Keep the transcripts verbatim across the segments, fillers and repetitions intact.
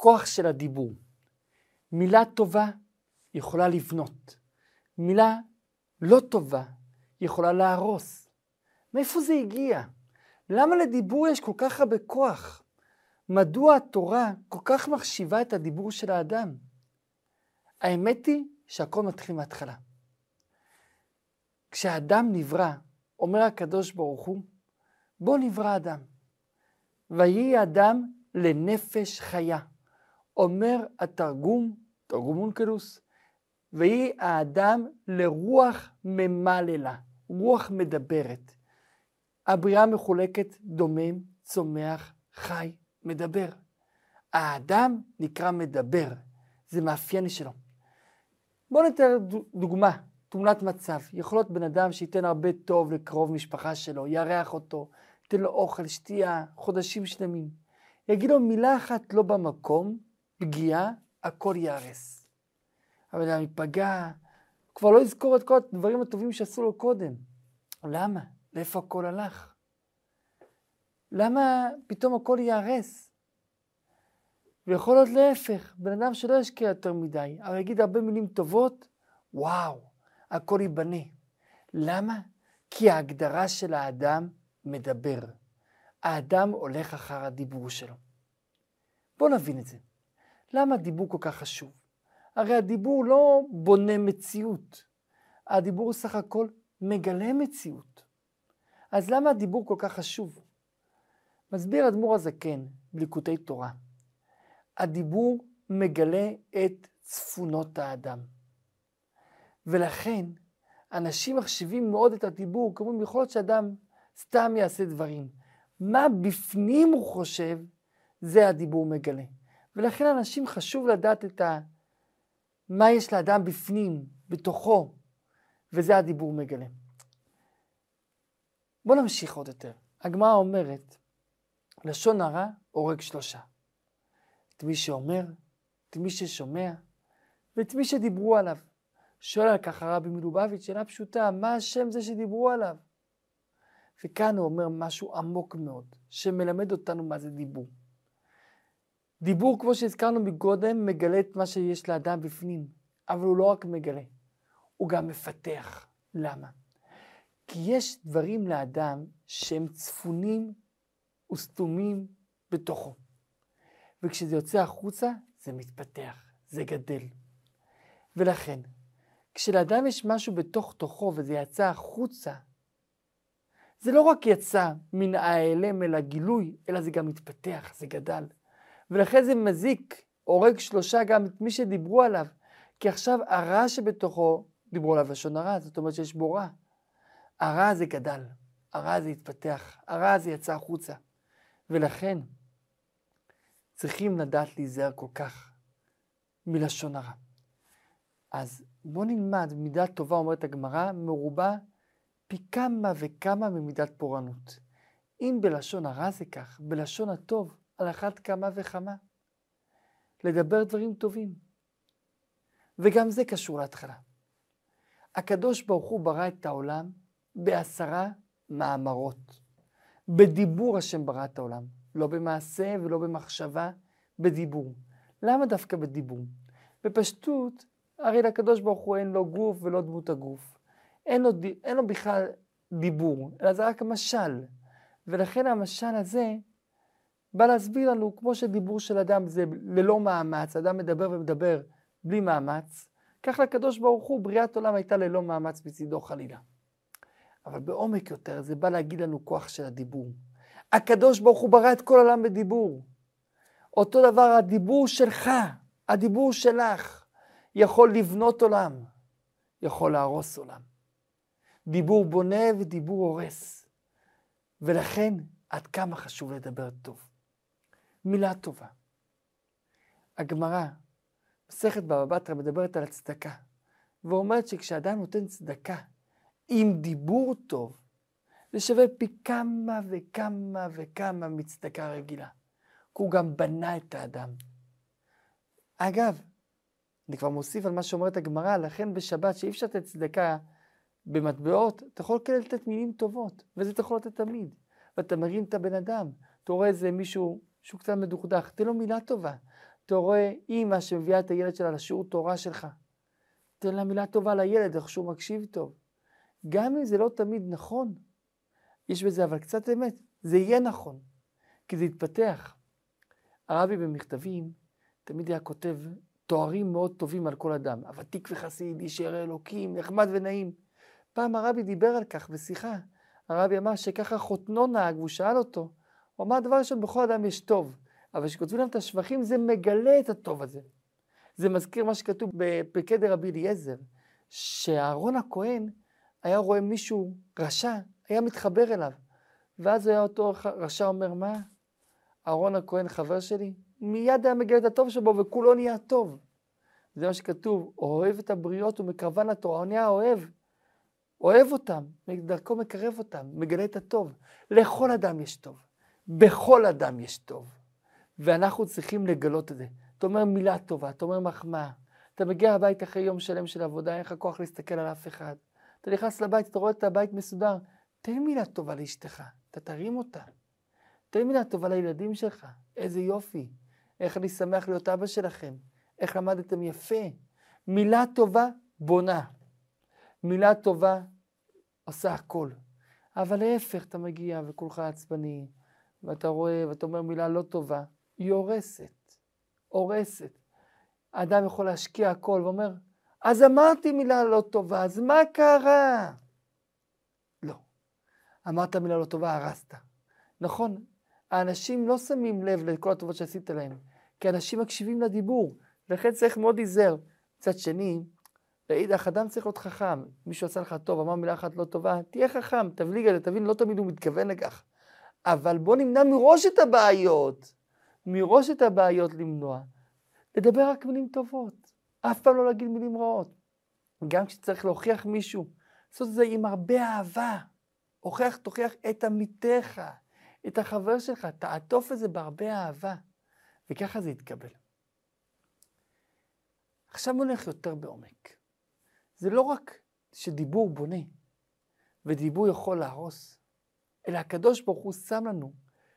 כוח של הדיבור. מילה טובה יכולה לבנות. מילה לא טובה יכולה להרוס. מאיפה זה הגיע? למה לדיבור יש כל כך הרבה כוח? מדוע התורה כל כך מחשיבה את הדיבור של האדם? האמת היא שהכל מתחיל מההתחלה. כשהאדם נברא, אומר הקדוש ברוך הוא, בוא נברא אדם. ויהי אדם לנפש חיה. אומר התרגום, תרגום אונקלוס, ויהי האדם לרוח ממללה, רוח מדברת. הבריאה מחולקת דומם, צומח, חי, מדבר. האדם נקרא מדבר, זה מאפיין שלו. בואו ניתן דוגמה, תמונת מצב. יכול להיות בן אדם שייתן הרבה טוב לקרוב משפחה שלו, ירח אותו, ייתן לו אוכל, שתייה, חודשים שלמים. יגיד לו מילה אחת לא במקום, פגיעה, הכל יהרס. אבל אדם ייפגע, כבר לא יזכור את כל הדברים הטובים שעשו לו קודם. למה? לאיפה הכל הלך? למה פתאום הכל יהרס? ויכול להיות להפך, בן אדם שלא ישקיע יותר מדי, אבל יגיד הרבה מילים טובות, וואו, הכל ייבנה. למה? כי ההגדרה של האדם מדבר. האדם הולך אחר הדיבור שלו. בואו נבין את זה. למה הדיבור כל כך חשוב? הרי הדיבור לא בונה מציאות. הדיבור סך הכל מגלה מציאות. אז למה הדיבור כל כך חשוב? מסביר אדמו"ר הזקן בליקוטי תורה. הדיבור מגלה את צפונות האדם. ולכן אנשים מחשיבים מאוד את הדיבור, כמו יכול להיות שאדם סתם יעשה דברים. מה בפנים הוא חושב, זה הדיבור מגלה. ולכן אנשים חשוב לדעת את ה... מה יש לאדם בפנים, בתוכו, וזה הדיבור מגלה. בואו נמשיך עוד יותר. הגמרא אומרת, לשון הרע הורג שלושה. את מי שאומר, את מי ששומע, ואת מי שדיברו עליו. שואל על כך הרבי מלובביץ' שאלה פשוטה, מה השם זה שדיברו עליו? וכאן הוא אומר משהו עמוק מאוד, שמלמד אותנו מה זה דיבור. דיבור, כמו שהזכרנו מקודם, מגלה את מה שיש לאדם בפנים, אבל הוא לא רק מגלה, הוא גם מפתח. למה? כי יש דברים לאדם שהם צפונים וסתומים בתוכו. וכשזה יוצא החוצה, זה מתפתח, זה גדל. ולכן, כשלאדם יש משהו בתוך תוכו וזה יצא החוצה, זה לא רק יצא מן ההיעלם אל הגילוי, אלא זה גם מתפתח, זה גדל. ולכן זה מזיק, הורג שלושה גם את מי שדיברו עליו, כי עכשיו הרע שבתוכו דיברו עליו לשון הרע, זאת אומרת שיש בו רע. הרע הזה גדל, הרע הזה התפתח, הרע הזה יצא החוצה. ולכן צריכים לדעת להיזהר כל כך מלשון הרע. אז בוא נלמד, מידה טובה אומרת הגמרא, מרובה פי כמה וכמה ממידת פורענות. אם בלשון הרע זה כך, בלשון הטוב על אחת כמה וכמה. לדבר דברים טובים. וגם זה קשור להתחלה. הקדוש ברוך הוא ברא את העולם בעשרה מאמרות. בדיבור השם ברא את העולם. לא במעשה ולא במחשבה, בדיבור. למה דווקא בדיבור? בפשטות, הרי לקדוש ברוך הוא אין לו גוף ולא דמות הגוף. אין לו, אין לו בכלל דיבור, אלא זה רק משל. ולכן המשל הזה בא להסביר לנו, כמו שדיבור של אדם זה ללא מאמץ, אדם מדבר ומדבר בלי מאמץ, כך לקדוש ברוך הוא בריאת עולם הייתה ללא מאמץ מצידו חלילה. אבל בעומק יותר זה בא להגיד לנו כוח של הדיבור. הקדוש ברוך הוא ברא את כל העולם בדיבור. אותו דבר הדיבור שלך, הדיבור שלך, יכול לבנות עולם, יכול להרוס עולם. דיבור בונה ודיבור הורס. ולכן עד כמה חשוב לדבר טוב. מילה טובה. הגמרא, מסכת בבא בתרא מדברת על הצדקה, ואומרת שכשאדם נותן צדקה עם דיבור טוב, זה שווה פי כמה וכמה וכמה מצדקה רגילה. כי הוא גם בנה את האדם. אגב, אני כבר מוסיף על מה שאומרת הגמרא, לכן בשבת שאי אפשר לתת צדקה במטבעות, אתה יכול כן לתת מילים טובות, וזה אתה יכול לתת תמיד. ואתה מרים את הבן אדם, אתה רואה איזה מישהו שהוא קצת מדוכדך, תן לו מילה טובה. אתה רואה אימא שמביאה את הילד שלה לשיעור תורה שלך. תן לה מילה טובה לילד, איך שהוא מקשיב טוב. גם אם זה לא תמיד נכון, יש בזה אבל קצת אמת, זה יהיה נכון, כי זה יתפתח. הרבי במכתבים תמיד היה כותב תוארים מאוד טובים על כל אדם, הוותיק וחסיד, איש ירא אלוקים, נחמד ונעים. פעם הרבי דיבר על כך בשיחה, הרבי אמר שככה חותנו נהג, והוא שאל אותו, הוא אמר דבר ראשון, בכל אדם יש טוב, אבל כשכותבים להם את השבחים זה מגלה את הטוב הזה. זה מזכיר מה שכתוב בפרקי דרבי אליעזר, שאהרון הכהן היה רואה מישהו רשע, היה מתחבר אליו, ואז היה אותו רשע אומר, מה? אהרון הכהן חבר שלי? מיד היה מגלה את הטוב שבו וכולו נהיה טוב. זה מה שכתוב, אוהב את הבריות ומקרבן לתורה, הוא נהיה אוהב. אוהב אותם, דרכו מקרב אותם, מגלה את הטוב. לכל אדם יש טוב, בכל אדם יש טוב. ואנחנו צריכים לגלות את זה. אתה אומר מילה טובה, אתה אומר מחמאה. אתה מגיע לבית אחרי יום שלם של עבודה, אין לך כוח להסתכל על אף אחד. אתה נכנס לבית, אתה רואה את הבית מסודר. תן מילה טובה לאשתך, אתה תרים אותה. תן מילה טובה לילדים שלך, איזה יופי. איך אני שמח להיות אבא שלכם. איך למדתם יפה. מילה טובה בונה. מילה טובה עושה הכל. אבל להפך, אתה מגיע וכולך עצבני, ואתה רואה ואתה אומר מילה לא טובה, היא הורסת. הורסת. האדם יכול להשקיע הכל ואומר, אז אמרתי מילה לא טובה, אז מה קרה? לא. אמרת מילה לא טובה, הרסת. נכון, האנשים לא שמים לב לכל הטובות שעשית להם, כי אנשים מקשיבים לדיבור, לכן צריך מאוד להיזהר. מצד שני, לאידך אדם צריך להיות חכם. מישהו עשה לך טוב, אמר מילה אחת לא טובה, תהיה חכם, תבליג על זה, תבין, לא תמיד הוא מתכוון לכך. אבל בוא נמנע מראש את הבעיות, מראש את הבעיות למנוע. לדבר רק מילים טובות, אף פעם לא להגיד מילים רעות. גם כשצריך להוכיח מישהו, לעשות את זה עם הרבה אהבה. הוכיח, תוכיח את עמיתך, את החבר שלך, תעטוף את זה בהרבה אהבה, וככה זה יתקבל. עכשיו נלך יותר בעומק. זה לא רק שדיבור בונה, ודיבור יכול להרוס, אלא הקדוש ברוך הוא שם לנו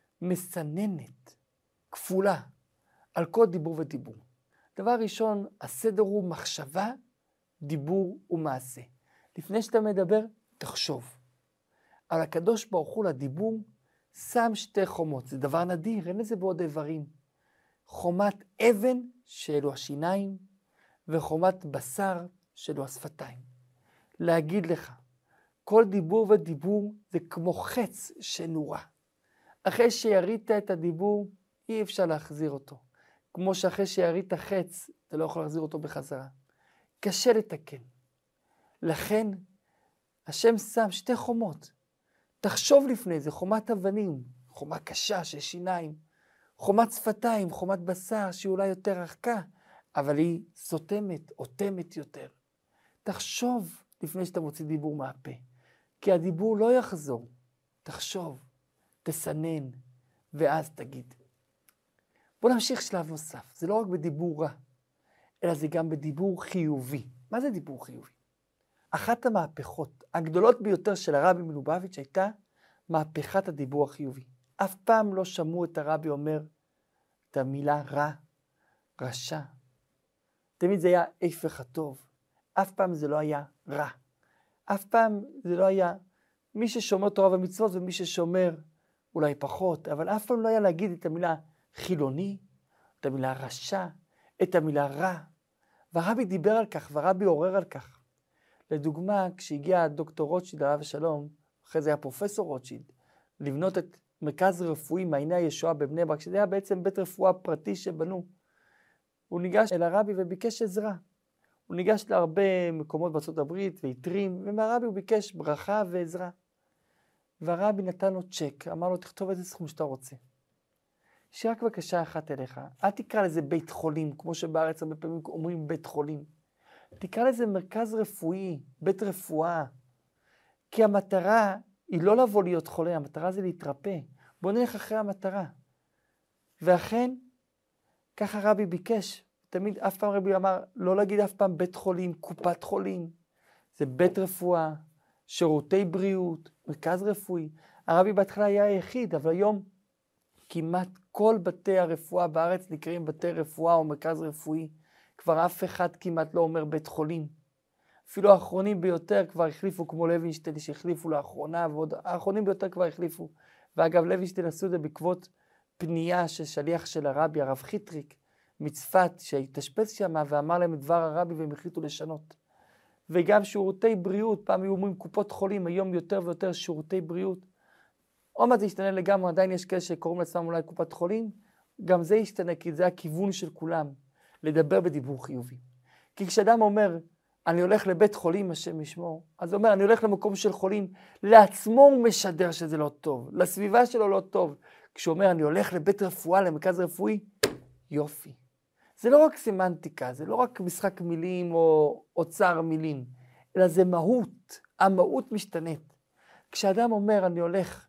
מסננת, כפולה, על כל דיבור ודיבור. דבר ראשון, הסדר הוא מחשבה, דיבור ומעשה. לפני שאתה מדבר, תחשוב. על הקדוש ברוך הוא לדיבור, שם שתי חומות. זה דבר נדיר, אין לזה בעוד איברים. חומת אבן שאלו השיניים, וחומת בשר שאלו השפתיים. להגיד לך, כל דיבור ודיבור זה כמו חץ שנורה. אחרי שירית את הדיבור, אי אפשר להחזיר אותו. כמו שאחרי שירית חץ, אתה לא יכול להחזיר אותו בחזרה. קשה לתקן. לכן, השם שם שתי חומות. תחשוב לפני זה, חומת אבנים, חומה קשה של שיניים, חומת שפתיים, חומת בשר שהיא אולי יותר רחקה, אבל היא סותמת, אוטמת יותר. תחשוב לפני שאתה מוציא דיבור מהפה, כי הדיבור לא יחזור. תחשוב, תסנן, ואז תגיד. בוא נמשיך שלב נוסף, זה לא רק בדיבור רע, אלא זה גם בדיבור חיובי. מה זה דיבור חיובי? אחת המהפכות הגדולות ביותר של הרבי מלובביץ' הייתה מהפכת הדיבור החיובי. אף פעם לא שמעו את הרבי אומר את המילה רע, רשע. תמיד זה היה הפך הטוב. אף פעם זה לא היה רע. אף פעם זה לא היה מי ששומר תורה ומצוות ומי ששומר אולי פחות, אבל אף פעם לא היה להגיד את המילה חילוני, את המילה רשע, את המילה רע. והרבי דיבר על כך, והרבי עורר על כך. לדוגמה, כשהגיע דוקטור רוטשילד, הרב שלום, אחרי זה היה פרופסור רוטשילד, לבנות את מרכז רפואי מעייני הישועה בבני ברק, שזה היה בעצם בית רפואה פרטי שבנו. הוא ניגש אל הרבי וביקש עזרה. הוא ניגש להרבה מקומות בארצות הברית והתרים, ומהרבי הוא ביקש ברכה ועזרה. והרבי נתן לו צ'ק, אמר לו, תכתוב איזה סכום שאתה רוצה. יש רק בקשה אחת אליך, אל תקרא לזה בית חולים, כמו שבארץ הרבה פעמים אומרים בית חולים. תקרא לזה מרכז רפואי, בית רפואה. כי המטרה היא לא לבוא להיות חולה, המטרה זה להתרפא. בוא נלך אחרי המטרה. ואכן, ככה רבי ביקש. תמיד אף פעם רבי אמר, לא להגיד אף פעם בית חולים, קופת חולים. זה בית רפואה, שירותי בריאות, מרכז רפואי. הרבי בהתחלה היה היחיד, אבל היום כמעט כל בתי הרפואה בארץ נקראים בתי רפואה או מרכז רפואי. כבר אף אחד כמעט לא אומר בית חולים. אפילו האחרונים ביותר כבר החליפו, כמו לוינשטיין שהחליפו לאחרונה, ועוד האחרונים ביותר כבר החליפו. ואגב, לוינשטיין עשו את זה בעקבות פנייה של שליח של הרבי, הרב חיטריק, מצפת, שהתאשפז שם ואמר להם את דבר הרבי והם החליטו לשנות. וגם שירותי בריאות, פעם היו אומרים קופות חולים, היום יותר ויותר שירותי בריאות. עוד מעט זה ישתנה לגמרי, עדיין יש כאלה שקוראים לעצמם אולי קופת חולים, גם זה ישתנה, כי זה הכיוון של כולם, לדבר בדיבור חיובי. כי כשאדם אומר, אני הולך לבית חולים, השם ישמור, אז הוא אומר, אני הולך למקום של חולים, לעצמו הוא משדר שזה לא טוב, לסביבה שלו לא טוב. כשהוא אומר, אני הולך לבית רפואה, למרכז רפואי, יופי. זה לא רק סמנטיקה, זה לא רק משחק מילים או אוצר מילים, אלא זה מהות, המהות משתנית. כשאדם אומר, אני הולך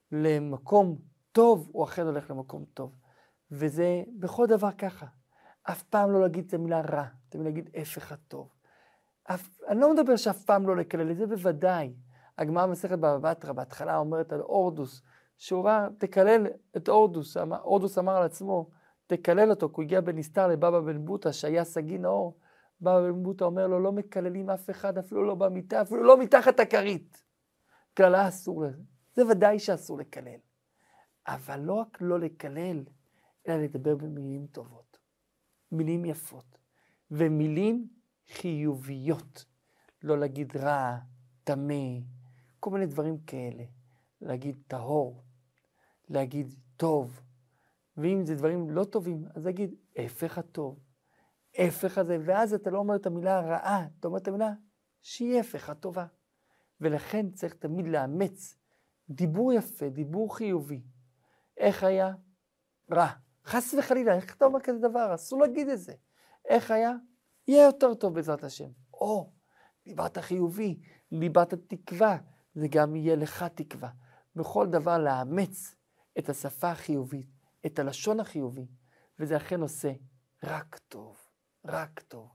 למקום טוב, הוא אחר הולך למקום טוב. וזה בכל דבר ככה. אף פעם לא להגיד את המילה רע, את המילה להגיד הפך הטוב. אף, אני לא מדבר שאף פעם לא לקלל, זה בוודאי. הגמרא במסכת בבא בתרא, בהתחלה אומרת על אורדוס, שהוא אומר, תקלל את אורדוס, אורדוס אמר על עצמו, תקלל אותו, כי הוא הגיע בנסתר לבבא בן בוטה, שהיה סגי נאור. בבא בן בוטה אומר לו, לא מקללים אף אחד, אפילו לא במיטה, אפילו לא מתחת הכרית. קללה אסור לזה. זה ודאי שאסור לקלל. אבל לא רק לא לקלל, אלא לדבר במילים טובות. מילים יפות. ומילים חיוביות. לא להגיד רע, טמא, כל מיני דברים כאלה. להגיד טהור, להגיד טוב. ואם זה דברים לא טובים, אז להגיד הפך הטוב, הפך הזה, ואז אתה לא אומר את המילה הרעה, אתה אומר את המילה שהיא הפך הטובה. ולכן צריך תמיד לאמץ דיבור יפה, דיבור חיובי. איך היה? רע. חס וחלילה, איך אתה אומר כזה דבר? אסור להגיד את זה. איך היה? יהיה יותר טוב בעזרת השם. או, דיברת חיובי, דיברת תקווה, זה גם יהיה לך תקווה. בכל דבר לאמץ את השפה החיובית, את הלשון החיובי, וזה אכן עושה רק טוב, רק טוב.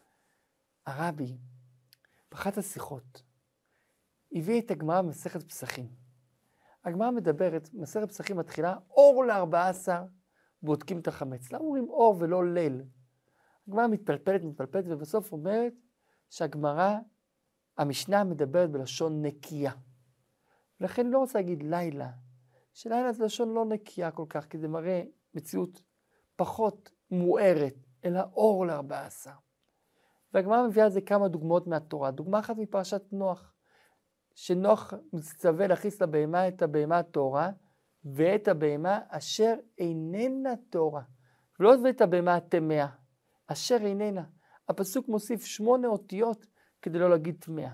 הרבי, באחת השיחות, הביא את הגמרא במסכת פסחים. הגמרא מדברת, מסכת פסחים מתחילה, אור לארבעה עשר, בודקים את החמץ. למה אומרים אור ולא ליל? הגמרא מתפלפלת, מתפלפלת, ובסוף אומרת שהגמרא, המשנה מדברת בלשון נקייה. ולכן אני לא רוצה להגיד לילה, שלילה זה לשון לא נקייה כל כך, כי זה מראה מציאות פחות מוארת, אלא אור לארבעה עשר. והגמרא מביאה על זה כמה דוגמאות מהתורה. דוגמה אחת מפרשת נוח, שנוח מצטווה להכניס לבהמה את הבהמה הטהורה, ואת הבהמה אשר איננה טהורה. ולא ואת הבהמה הטמאה, אשר איננה. הפסוק מוסיף שמונה אותיות כדי לא להגיד טמאה.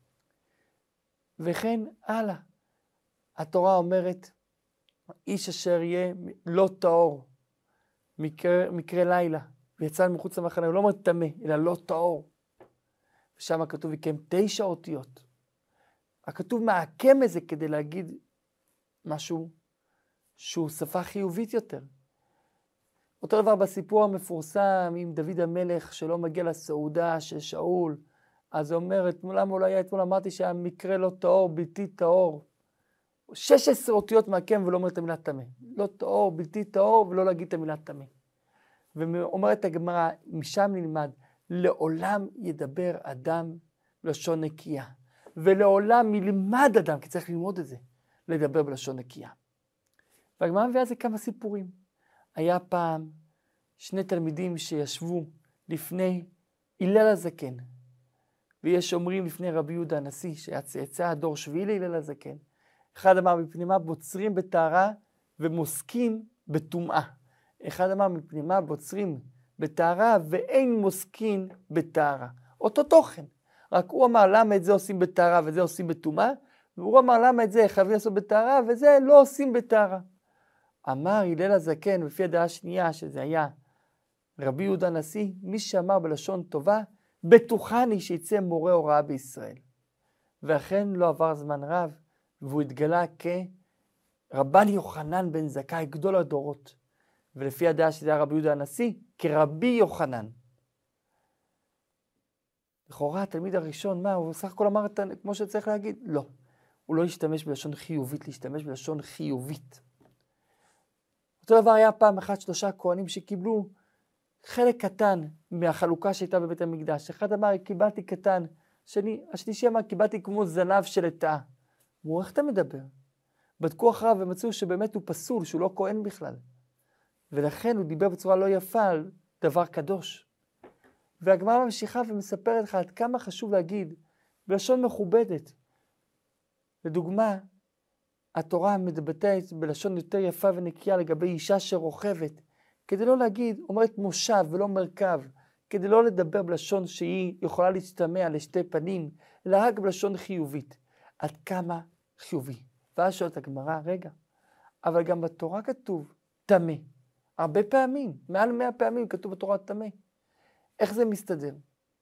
וכן הלאה. התורה אומרת, איש אשר יהיה לא טהור, מקרה, מקרה לילה, ויצא מחוץ למחנה, הוא לא אומר טמא, אלא לא טהור. ושם כתוב יקם תשע אותיות. הכתוב מעקם את זה כדי להגיד משהו שהוא שפה חיובית יותר. אותו דבר בסיפור המפורסם עם דוד המלך שלא מגיע לסעודה של שאול, אז הוא אומר, אתמול אולי היה אתמול אמרתי שהמקרה לא טהור, בלתי טהור. שש עשרה אותיות מעקם ולא אומר את המילה טמא. לא טהור, בלתי טהור ולא להגיד את המילה טמא. ואומרת הגמרא, משם נלמד, לעולם ידבר אדם בלשון נקייה. ולעולם ילמד אדם, כי צריך ללמוד את זה, לדבר בלשון נקייה. והגמרא מביאה זה כמה סיפורים. היה פעם שני תלמידים שישבו לפני הלל הזקן, ויש אומרים לפני רבי יהודה הנשיא, שהיה צאצא הדור שביעי להלל הזקן. אחד אמר מפני מה בוצרים בטהרה ומוסקים בטומאה. אחד אמר מפני מה בוצרים בטהרה ואין מוסקים בטהרה. אותו תוכן. רק הוא אמר למה את זה עושים בטהרה וזה עושים בטומאה, והוא אמר למה את זה חייבים לעשות בטהרה וזה לא עושים בטהרה. אמר הלל הזקן, לפי הדעה השנייה שזה היה רבי יהודה הנשיא, מי שאמר בלשון טובה, בטוחני שיצא מורה הוראה בישראל. ואכן לא עבר זמן רב, והוא התגלה כרבן יוחנן בן זכאי, גדול הדורות. ולפי הדעה שזה היה רבי יהודה הנשיא, כרבי יוחנן. לכאורה התלמיד הראשון, מה, הוא סך הכל אמר כמו שצריך להגיד? לא. הוא לא השתמש בלשון חיובית, להשתמש בלשון חיובית. אותו דבר היה פעם אחת שלושה כהנים שקיבלו חלק קטן מהחלוקה שהייתה בבית המקדש. אחד אמר, קיבלתי קטן. השני, השלישי אמר, קיבלתי כמו זנב של לטאה. אמרו, איך אתה מדבר? בדקו אחריו ומצאו שבאמת הוא פסול, שהוא לא כהן בכלל. ולכן הוא דיבר בצורה לא יפה על דבר קדוש. והגמרא ממשיכה ומספרת לך עד כמה חשוב להגיד, בלשון מכובדת. לדוגמה, התורה מתבטאת בלשון יותר יפה ונקייה לגבי אישה שרוכבת, כדי לא להגיד, אומרת מושב ולא מרכב, כדי לא לדבר בלשון שהיא יכולה להשתמע לשתי פנים, אלא רק בלשון חיובית. עד כמה חיובי. ואז שואלת הגמרא, רגע, אבל גם בתורה כתוב טמא. הרבה פעמים, מעל מאה פעמים כתוב בתורה טמא. איך זה מסתדר?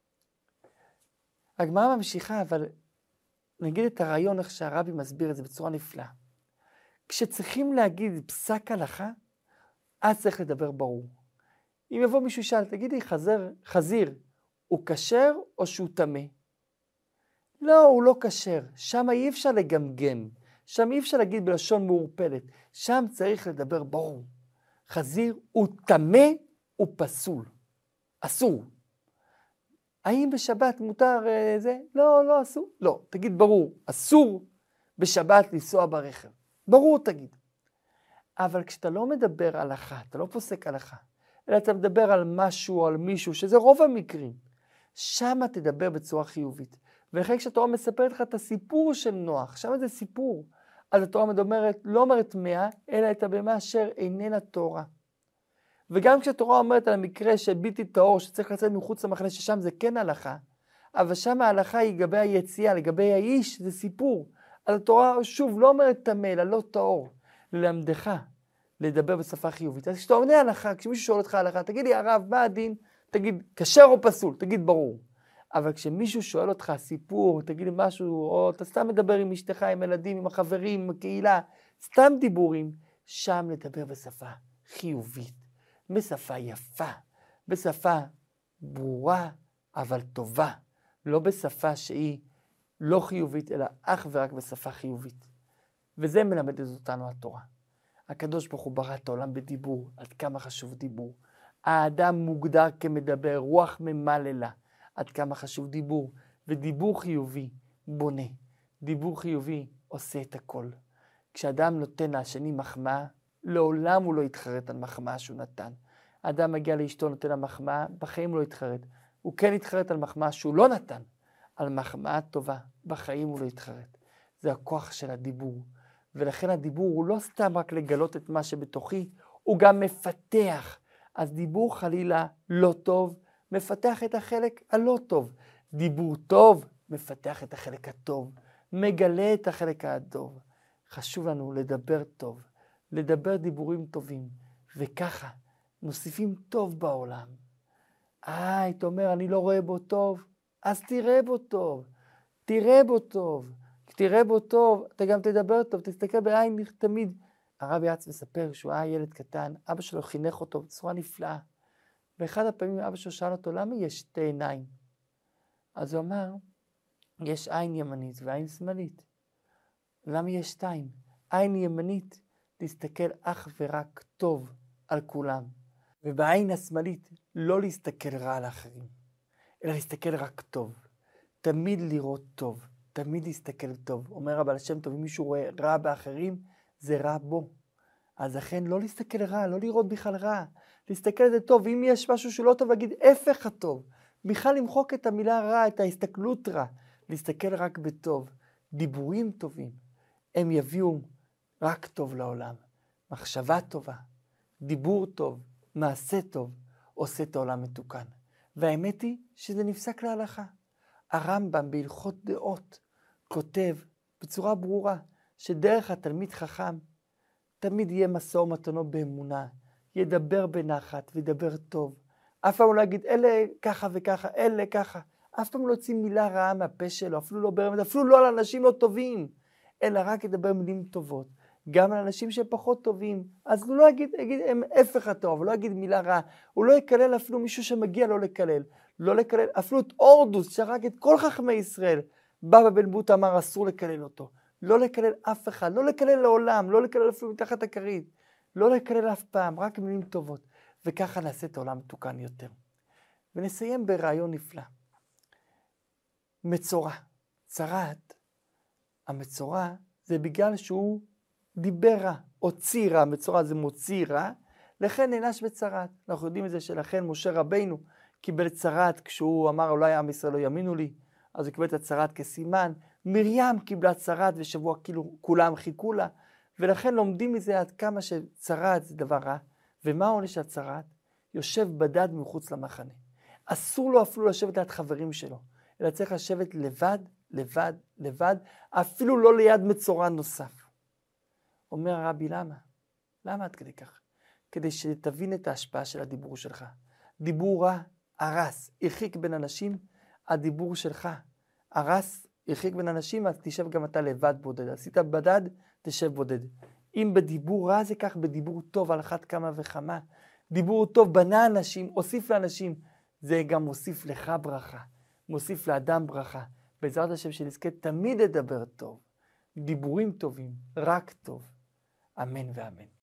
הגמרא ממשיכה, אבל נגיד את הרעיון איך שהרבי מסביר את זה בצורה נפלאה. כשצריכים להגיד פסק הלכה, אז צריך לדבר ברור. אם יבוא מישהו ישאל, תגידי, חזיר, חזיר, הוא כשר או שהוא טמא? לא, הוא לא כשר. שם אי אפשר לגמגם. שם אי אפשר להגיד בלשון מעורפלת. שם צריך לדבר ברור. חזיר הוא טמא, הוא פסול. אסור. האם בשבת מותר uh, זה? לא, לא אסור. לא, תגיד ברור. אסור בשבת לנסוע ברכב. ברור תגיד. אבל כשאתה לא מדבר הלכה, אתה לא פוסק הלכה, אלא אתה מדבר על משהו או על מישהו, שזה רוב המקרים, שם תדבר בצורה חיובית. ולכן כשהתורה מספרת לך את הסיפור של נוח, שם זה סיפור. אז התורה מדברת, לא אומרת מאה, אלא את הבמה אשר איננה תורה. וגם כשהתורה אומרת על המקרה של בלתי טהור, שצריך לצאת מחוץ למחנה, ששם זה כן הלכה, אבל שם ההלכה היא לגבי היציאה, לגבי האיש, זה סיפור. אז התורה שוב לא אומרת טמא, אלא לא טהור. ללמדך, לדבר בשפה חיובית. אז כשאתה עונה הלכה, כשמישהו שואל אותך הלכה, תגיד לי הרב, מה הדין? תגיד, כשר או פסול? תגיד ברור. אבל כשמישהו שואל אותך סיפור, תגיד לי משהו, או אתה סתם מדבר עם אשתך, עם ילדים, עם החברים, עם הקהילה, סתם דיבורים, שם לדבר בשפה חיובית, בשפה יפה, בשפה ברורה, אבל טובה, לא בשפה שהיא לא חיובית, אלא אך ורק בשפה חיובית. וזה מלמדת אותנו התורה. הקדוש ברוך הוא ברא את העולם בדיבור, עד כמה חשוב דיבור. האדם מוגדר כמדבר, רוח ממללה, עד כמה חשוב דיבור. ודיבור חיובי בונה, דיבור חיובי עושה את הכל. כשאדם נותן לשני מחמאה, לעולם הוא לא יתחרט על מחמאה שהוא נתן. האדם מגיע לאשתו, נותן לה מחמאה, בחיים הוא לא יתחרט. הוא כן יתחרט על מחמאה שהוא לא נתן, על מחמאה טובה, בחיים הוא לא יתחרט. זה הכוח של הדיבור. ולכן הדיבור הוא לא סתם רק לגלות את מה שבתוכי, הוא גם מפתח. אז דיבור חלילה לא טוב, מפתח את החלק הלא טוב. דיבור טוב, מפתח את החלק הטוב, מגלה את החלק הטוב. חשוב לנו לדבר טוב, לדבר דיבורים טובים, וככה נוסיפים טוב בעולם. אה, היית אומר, אני לא רואה בו טוב, אז תראה בו טוב, תראה בו טוב. תראה בו טוב, אתה גם תדבר טוב, תסתכל בעין תמיד. הרב יעץ מספר שהוא היה ילד קטן, אבא שלו חינך אותו בצורה נפלאה. ואחד הפעמים אבא שלו שאל אותו, למה יש שתי עיניים? אז הוא אמר, יש עין ימנית ועין שמאלית. למה יש שתיים? עין ימנית להסתכל אך ורק טוב על כולם. ובעין השמאלית לא להסתכל רע על האחרים, אלא להסתכל רק טוב. תמיד לראות טוב. תמיד להסתכל טוב. אומר הבעל השם טוב, אם מישהו רואה רע באחרים, זה רע בו. אז לכן לא להסתכל רע, לא לראות בכלל רע. להסתכל על זה טוב, ואם יש משהו שלא טוב, להגיד הפך הטוב. בכלל למחוק את המילה רע, את ההסתכלות רע. להסתכל רק בטוב. דיבורים טובים, הם יביאו רק טוב לעולם. מחשבה טובה, דיבור טוב, מעשה טוב, עושה את העולם מתוקן. והאמת היא שזה נפסק להלכה. הרמב"ם בהלכות דעות כותב בצורה ברורה שדרך התלמיד חכם תמיד יהיה משא ומתנו באמונה, ידבר בנחת וידבר טוב. אף פעם לא יגיד אלה ככה וככה, אלה ככה. אף פעם לא יוציא מילה רעה מהפה שלו, אפילו לא ברמת, אפילו לא על אנשים לא טובים, אלא רק ידבר מילים טובות. גם על אנשים שפחות טובים, אז הוא לא יגיד, יגיד הם הפך הטוב, הוא לא יגיד מילה רעה, הוא לא יקלל אפילו מישהו שמגיע לא לקלל. לא לקלל, אפילו את אורדוס שרק את כל חכמי ישראל, בבא בן בוט אמר אסור לקלל אותו, לא לקלל אף אחד, לא לקלל לעולם, לא לקלל אפילו מתחת הכרית, לא לקלל אף פעם, רק מילים טובות, וככה נעשה את העולם מתוקן יותר. ונסיים ברעיון נפלא. מצורע, צרעת, המצורע זה בגלל שהוא דיבר רע, הוציא רע, מצורע זה מוציא רע, לכן נענש בצרעת. אנחנו יודעים את זה שלכן משה רבינו קיבל צרעת כשהוא אמר אולי עם ישראל לא יאמינו לי, אז הוא קיבל את הצרעת כסימן. מרים קיבלה צרעת ושבוע כאילו כולם חיכו לה, ולכן לומדים מזה עד כמה שצרעת זה דבר רע. ומה העונש של צרעת? יושב בדד מחוץ למחנה. אסור לו אפילו לשבת ליד חברים שלו, אלא צריך לשבת לבד, לבד, לבד, אפילו לא ליד מצורע נוסף. אומר הרבי, למה? למה עד כדי כך? כדי שתבין את ההשפעה של הדיבור שלך. דיבור רע, הרס, הרחיק בין אנשים, הדיבור שלך. הרס, הרחיק בין אנשים, אז תשב גם אתה לבד בודד. עשית בדד, תשב בודד. אם בדיבור רע זה כך, בדיבור טוב על אחת כמה וכמה. דיבור טוב בנה אנשים, הוסיף לאנשים. זה גם מוסיף לך ברכה, מוסיף לאדם ברכה. בעזרת השם שנזכה תמיד לדבר טוב. דיבורים טובים, רק טוב. אמן ואמן.